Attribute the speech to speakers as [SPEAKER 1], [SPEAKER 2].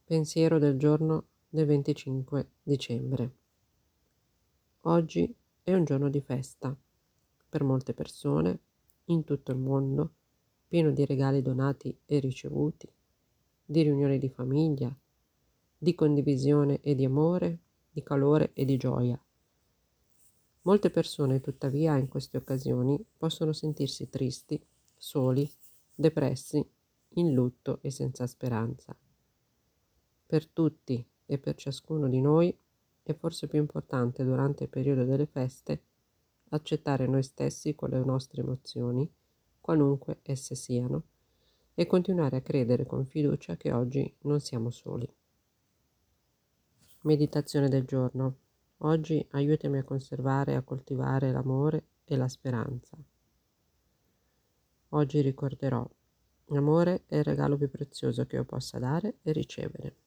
[SPEAKER 1] Pensiero del giorno del 25 dicembre. Oggi è un giorno di festa per molte persone in tutto il mondo, pieno di regali donati e ricevuti, di riunioni di famiglia, di condivisione e di amore, di calore e di gioia. Molte persone, tuttavia, in queste occasioni possono sentirsi tristi, soli, depressi, in lutto e senza speranza. Per tutti e per ciascuno di noi è forse più importante durante il periodo delle feste accettare noi stessi con le nostre emozioni, qualunque esse siano, e continuare a credere con fiducia che oggi non siamo soli. Meditazione del giorno. Oggi aiutami a conservare e a coltivare l'amore e la speranza. Oggi ricorderò: l'amore è il regalo più prezioso che io possa dare e ricevere.